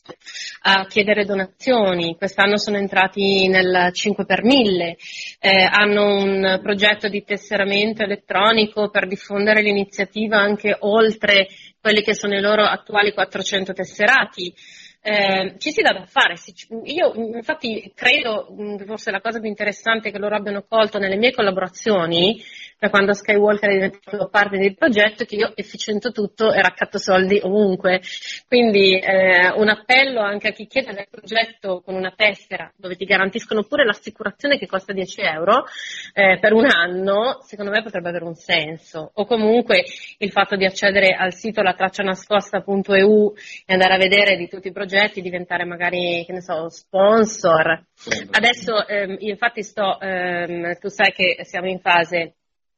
a chiedere donazioni. Quest'anno sono entrati nel cinque per mille, eh, hanno un progetto di tesseramento elettronico per diffondere l'iniziativa anche oltre quelli che sono i loro attuali quattrocento tesserati. Eh, ci si dà da fare, io infatti credo, forse la cosa più interessante che loro abbiano colto nelle mie collaborazioni, da quando Skywalker è diventato parte del progetto, è che io efficiento tutto e raccatto soldi ovunque, quindi eh, un appello anche a chi chiede del progetto con una tessera dove ti garantiscono pure l'assicurazione che costa dieci euro eh, per un anno, secondo me potrebbe avere un senso, o comunque il fatto di accedere al sito latraccianascosta punto e u e andare a vedere di tutti i progetti, diventare magari, che ne so, sponsor. Adesso ehm, infatti sto, ehm, tu sai che siamo in fase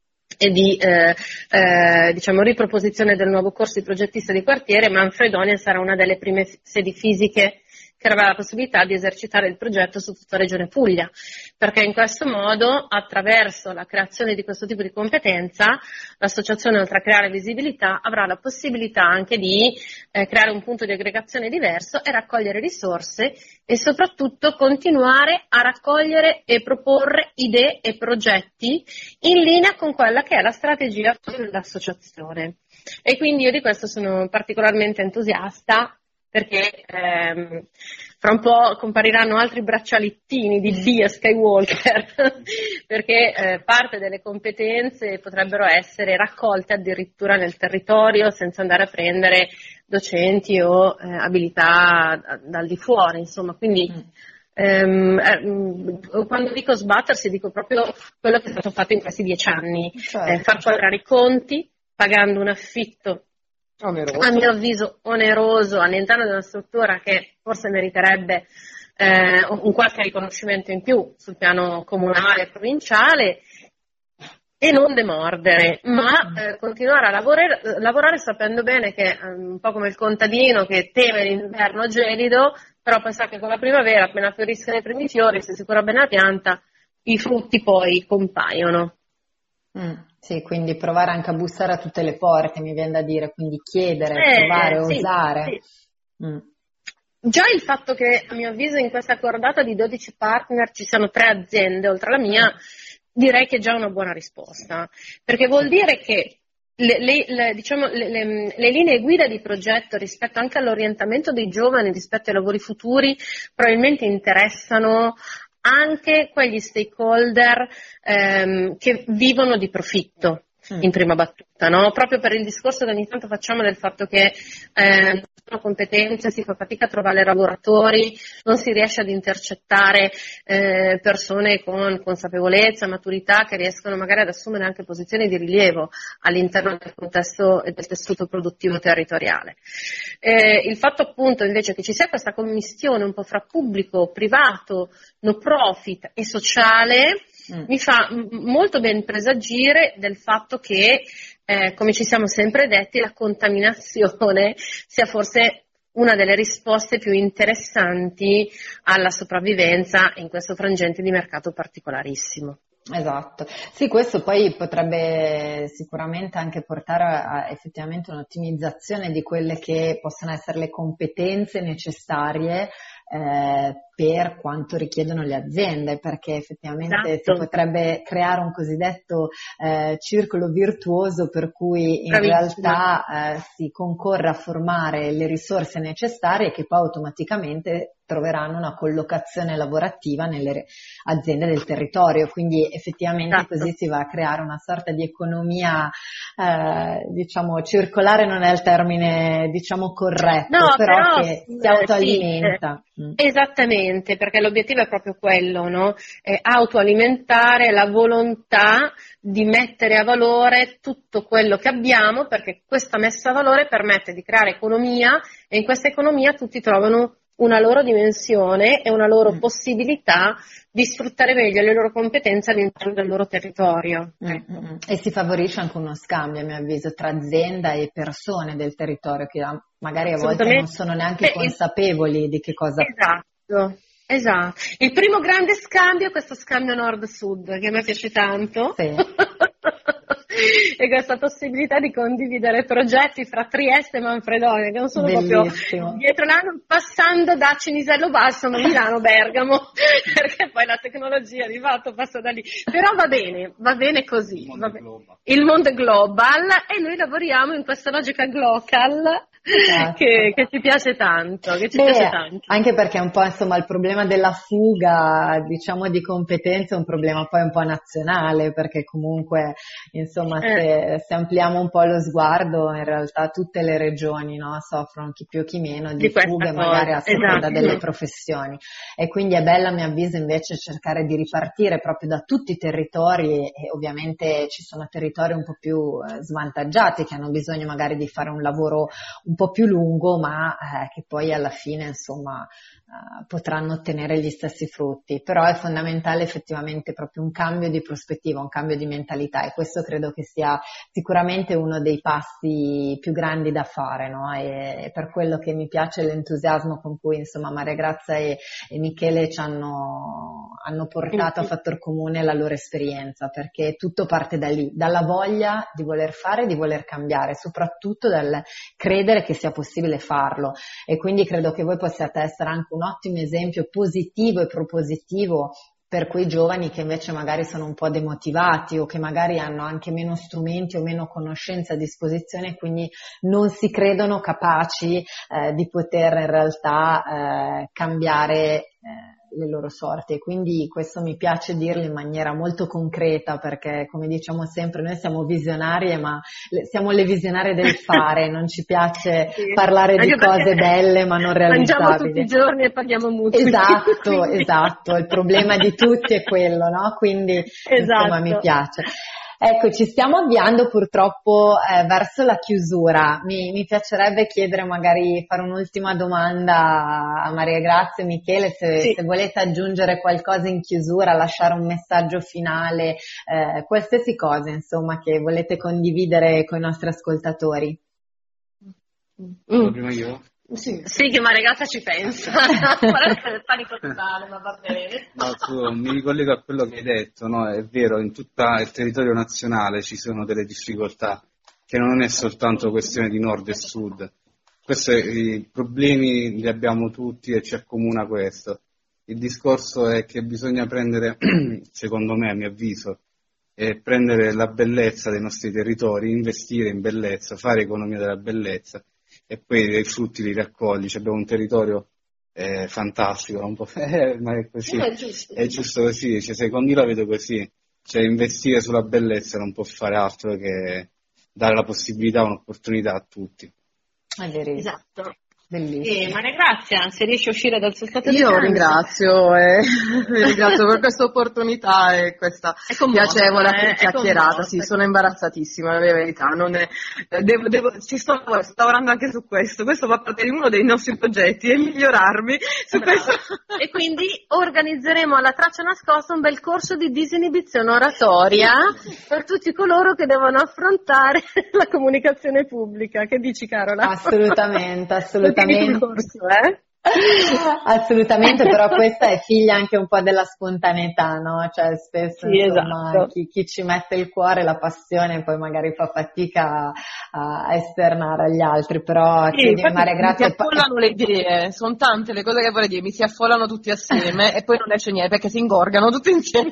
di eh, eh, diciamo riproposizione del nuovo corso di progettista di quartiere. Manfredonia sarà una delle prime sedi fisiche che avrà la possibilità di esercitare il progetto su tutta la Regione Puglia, perché in questo modo, attraverso la creazione di questo tipo di competenza, l'associazione, oltre a creare visibilità, avrà la possibilità anche di eh, creare un punto di aggregazione diverso e raccogliere risorse e soprattutto continuare a raccogliere e proporre idee e progetti in linea con quella che è la strategia dell'associazione. E quindi io di questo sono particolarmente entusiasta, perché ehm, fra un po' compariranno altri braccialettini di Dia Skywalker, perché eh, parte delle competenze potrebbero essere raccolte addirittura nel territorio senza andare a prendere docenti o eh, abilità dal di fuori, insomma, quindi ehm, eh, quando dico sbattersi dico proprio quello che è stato fatto in questi dieci anni, certo, eh, far quadrare i conti pagando un affitto oneroso, a mio avviso oneroso all'interno di una struttura che forse meriterebbe eh, un qualche riconoscimento in più sul piano comunale e provinciale, e non demordere, ma eh, continuare a lavorare, lavorare sapendo bene che um, un po' come il contadino che teme l'inverno gelido, però poi sa che con la primavera, appena fioriscono i primi fiori, se si cura bene la pianta, i frutti poi compaiono. Mm, sì, quindi provare anche a bussare a tutte le porte, mi viene da dire, quindi chiedere, Eh, provare, sì, osare. sì. Mm. Già il fatto che, a mio avviso, in questa cordata di dodici partner ci siano tre aziende oltre alla mia, direi che è già una buona risposta, perché vuol dire che le, le, le, diciamo, le, le, le linee guida di progetto rispetto anche all'orientamento dei giovani rispetto ai lavori futuri probabilmente interessano anche quegli stakeholder ehm, che vivono di profitto in prima battuta, no? Proprio per il discorso che ogni tanto facciamo del fatto che eh, sono competenze, si fa fatica a trovare lavoratori, non si riesce ad intercettare eh, persone con consapevolezza, maturità, che riescono magari ad assumere anche posizioni di rilievo all'interno del contesto e del tessuto produttivo territoriale. Eh, il fatto appunto invece che ci sia questa commistione un po' fra pubblico, privato, no profit e sociale mm. mi fa m- molto ben presagire del fatto che Eh, come ci siamo sempre detti, la contaminazione sia forse una delle risposte più interessanti alla sopravvivenza in questo frangente di mercato particolarissimo. Esatto, sì, questo poi potrebbe sicuramente anche portare a, a effettivamente un'ottimizzazione di quelle che possono essere le competenze necessarie eh, per quanto richiedono le aziende, perché effettivamente Esatto. si potrebbe creare un cosiddetto eh, circolo virtuoso per cui in Bravissima. realtà eh, si concorre a formare le risorse necessarie che poi automaticamente troveranno una collocazione lavorativa nelle aziende del territorio, quindi effettivamente Esatto. così si va a creare una sorta di economia, eh, diciamo, circolare non è il termine, diciamo, corretto, No, però, però che si autoalimenta. Sì, eh, esattamente, perché l'obiettivo è proprio quello, no? È autoalimentare la volontà di mettere a valore tutto quello che abbiamo, perché questa messa a valore permette di creare economia e in questa economia tutti trovano una loro dimensione e una loro mm. possibilità di sfruttare meglio le loro competenze all'interno del loro territorio. Mm, ecco. mm, mm. E si favorisce anche uno scambio, a mio avviso, tra azienda e persone del territorio che magari a volte non sono neanche Beh, consapevoli di che cosa. Esatto, esatto. Il primo grande scambio è questo scambio nord-sud che a me piace tanto. Sì. E questa possibilità di condividere progetti fra Trieste e Manfredonia, che non sono Bellissimo. proprio dietro l'anno, passando da Cinisello Balsamo, Milano, Bergamo, perché poi la tecnologia di fatto passa da lì. Però va bene, va bene così. Il va mondo, bene. global. Il mondo è global e noi lavoriamo in questa logica glocal. Esatto. Che, che ci piace tanto, che ci Beh, piace tanto. Anche perché un po' insomma il problema della fuga, diciamo, di competenze è un problema poi un po' nazionale, perché comunque insomma Eh. se, se ampliamo un po' lo sguardo, in realtà tutte le regioni, no, soffrono chi più chi meno di, Di questa fughe cosa, magari a seconda esatto. delle professioni, e quindi è bello a mio avviso invece cercare di ripartire proprio da tutti i territori, e ovviamente ci sono territori un po' più eh, svantaggiati che hanno bisogno magari di fare un lavoro un po' più lungo, ma eh, che poi alla fine insomma eh, potranno ottenere gli stessi frutti. Però è fondamentale effettivamente proprio un cambio di prospettiva, un cambio di mentalità, e questo credo che sia sicuramente uno dei passi più grandi da fare, no? E, e per quello che mi piace l'entusiasmo con cui insomma Maria Grazia e, e Michele ci hanno, hanno portato a fattor comune la loro esperienza, perché tutto parte da lì, dalla voglia di voler fare, di voler cambiare, soprattutto dal credere che sia possibile farlo, e quindi credo che voi possiate essere anche un ottimo esempio positivo e propositivo per quei giovani che invece magari sono un po' demotivati o che magari hanno anche meno strumenti o meno conoscenze a disposizione, e quindi non si credono capaci eh, di poter in realtà eh, cambiare eh, le loro sorti. E quindi questo mi piace dirlo in maniera molto concreta, perché come diciamo sempre noi siamo visionarie, ma siamo le visionarie del fare, non ci piace sì. parlare Anche di cose belle ma non realizzabili. Mangiamo tutti i giorni e paghiamo mutui. Esatto, esatto, il problema di tutti è quello, no? Quindi esatto. Insomma mi piace. Ecco, ci stiamo avviando purtroppo eh, verso la chiusura. Mi, mi piacerebbe chiedere, magari fare un'ultima domanda a Maria Grazia e Michele, se, sì. se volete aggiungere qualcosa in chiusura, lasciare un messaggio finale, eh, qualsiasi cosa insomma che volete condividere con i nostri ascoltatori. Mm. Prima io? Sì, sì, che Maria Grazia ci pensa. Guarda il panico totale, ma va bene. No, tu, mi ricollego a quello che hai detto, no? È vero, in tutto il territorio nazionale ci sono delle difficoltà, che non è soltanto questione di nord e sud. Questi i problemi li abbiamo tutti e ci accomuna questo. Il discorso è che bisogna prendere, secondo me, a mio avviso, è prendere la bellezza dei nostri territori, investire in bellezza, fare economia della bellezza e poi i frutti li raccogli. Cioè, abbiamo un territorio eh, fantastico, un po', eh, ma è così, è giusto, è giusto così, cioè, secondo io la vedo così, cioè investire sulla bellezza non può fare altro che dare la possibilità, un'opportunità a tutti. Esatto. Bellissimo. E Maria Grazia, se riesci a uscire dal suo stato di Io trance. ringrazio, eh, ringrazio per questa opportunità e questa commossa, piacevole eh, chiacchierata. Sì, commossa. sono imbarazzatissima, la verità. Non è, devo, devo, ci sto, sto lavorando anche su questo. Questo va per uno dei nostri progetti, è migliorarmi su Brava. questo. E quindi organizzeremo alla Traccia Nascosta un bel corso di disinibizione oratoria per tutti coloro che devono affrontare la comunicazione pubblica. Che dici, Carola? Assolutamente, assolutamente. Il corso, eh? Assolutamente, però questa è figlia anche un po' della spontaneità, no? Cioè spesso Sì, insomma esatto. chi, chi ci mette il cuore, la passione, poi magari fa fatica a, a esternare agli altri, però Sì, chiedi a Maria mi Grazia si affollano le idee, sono tante le cose che vorrei dire, mi si affollano tutti assieme e poi non esce niente perché si ingorgano tutti insieme.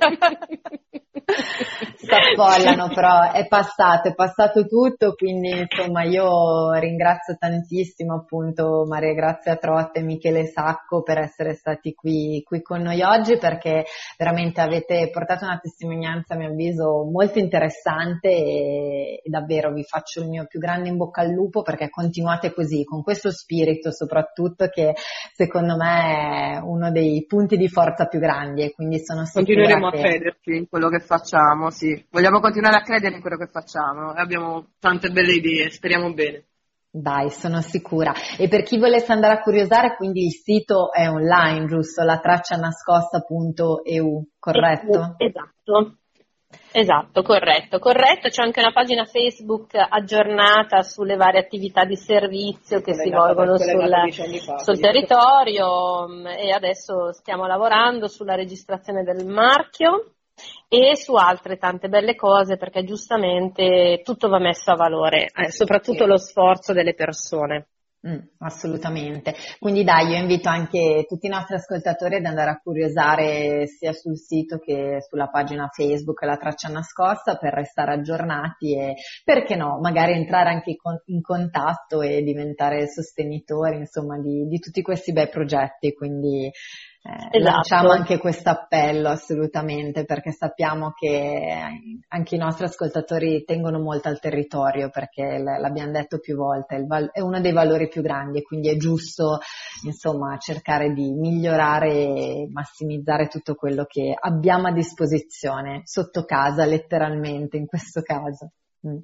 si affollano, però è passato, è passato tutto, quindi insomma io ringrazio tantissimo appunto Maria Grazia Trotta e Michele Sacco per essere stati qui, qui con noi oggi, perché veramente avete portato una testimonianza a mio avviso molto interessante e, e davvero vi faccio il mio più grande in bocca al lupo, perché continuate così, con questo spirito soprattutto, che secondo me è uno dei punti di forza più grandi, e quindi sono sicura Continueremo che... a crederci in quello che facciamo, sì. Vogliamo continuare a credere in quello che facciamo e abbiamo tante belle idee, speriamo bene. Dai, sono sicura. E per chi volesse andare a curiosare, quindi il sito è online, giusto? la traccia nascosta punto e u, corretto? Esatto. Esatto, corretto, corretto. C'è anche una pagina Facebook aggiornata sulle varie attività di servizio che si svolgono sul, sul territorio, e adesso stiamo lavorando sulla registrazione del marchio e su altre tante belle cose, perché giustamente tutto va messo a valore, eh, soprattutto Sì. lo sforzo delle persone. Mm, assolutamente. Quindi dai, io invito anche tutti i nostri ascoltatori ad andare a curiosare sia sul sito che sulla pagina Facebook La Traccia Nascosta, per restare aggiornati e, perché no, magari entrare anche con- in contatto e diventare sostenitori, insomma, di, di tutti questi bei progetti. Quindi Eh, Esatto. lanciamo anche questo appello assolutamente, perché sappiamo che anche i nostri ascoltatori tengono molto al territorio, perché l- l'abbiamo detto più volte, il val- è uno dei valori più grandi, e quindi è giusto insomma cercare di migliorare e massimizzare tutto quello che abbiamo a disposizione sotto casa, letteralmente in questo caso. Mm.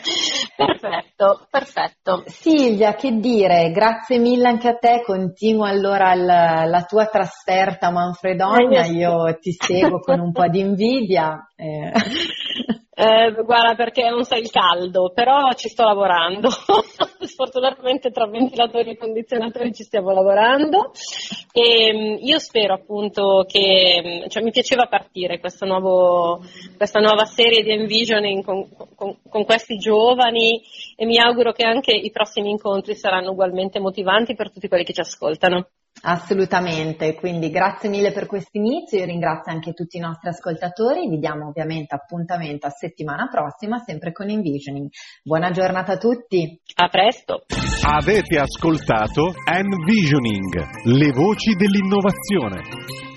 Perfetto, perfetto. Silvia, che dire, grazie mille anche a te, continua allora la, la tua trasferta a Manfredonia, Eh, io sì. io ti seguo con un po' di invidia. Eh. Eh, guarda, perché non sai il caldo, però ci sto lavorando. Sfortunatamente tra ventilatori e condizionatori ci stiamo lavorando, e io spero appunto che, cioè mi piaceva partire questo nuovo, questa nuova serie di Envisioning con, con, con questi giovani, e mi auguro che anche i prossimi incontri saranno ugualmente motivanti per tutti quelli che ci ascoltano. Assolutamente, quindi grazie mille per questo inizio, io ringrazio anche tutti i nostri ascoltatori, vi diamo ovviamente appuntamento a settimana prossima sempre con Envisioning. Buona giornata a tutti! A presto! Avete ascoltato Envisioning, le voci dell'innovazione.